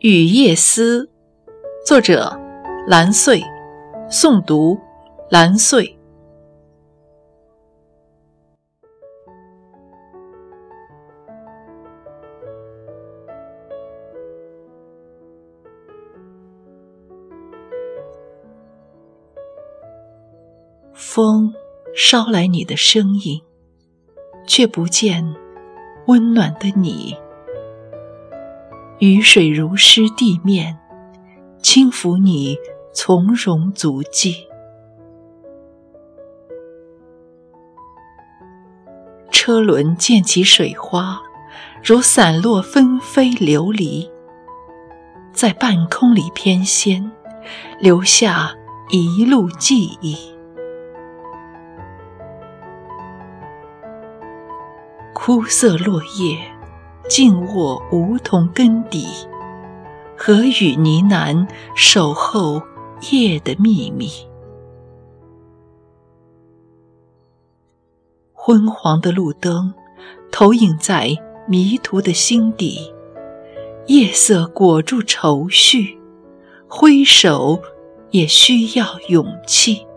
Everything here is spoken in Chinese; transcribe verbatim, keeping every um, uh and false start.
雨夜思，作者蓝穗，诵读蓝穗。风捎来你的声音，却不见温暖的你。雨水如湿地面，轻抚你从容足迹。车轮溅起水花，如散落纷飞流离，在半空里翩跹，留下一路记忆。枯涩落叶静卧梧桐根底，和雨呢喃守候夜的秘密。昏黄的路灯投影在迷途的心底，夜色裹住愁绪，挥手也需要勇气。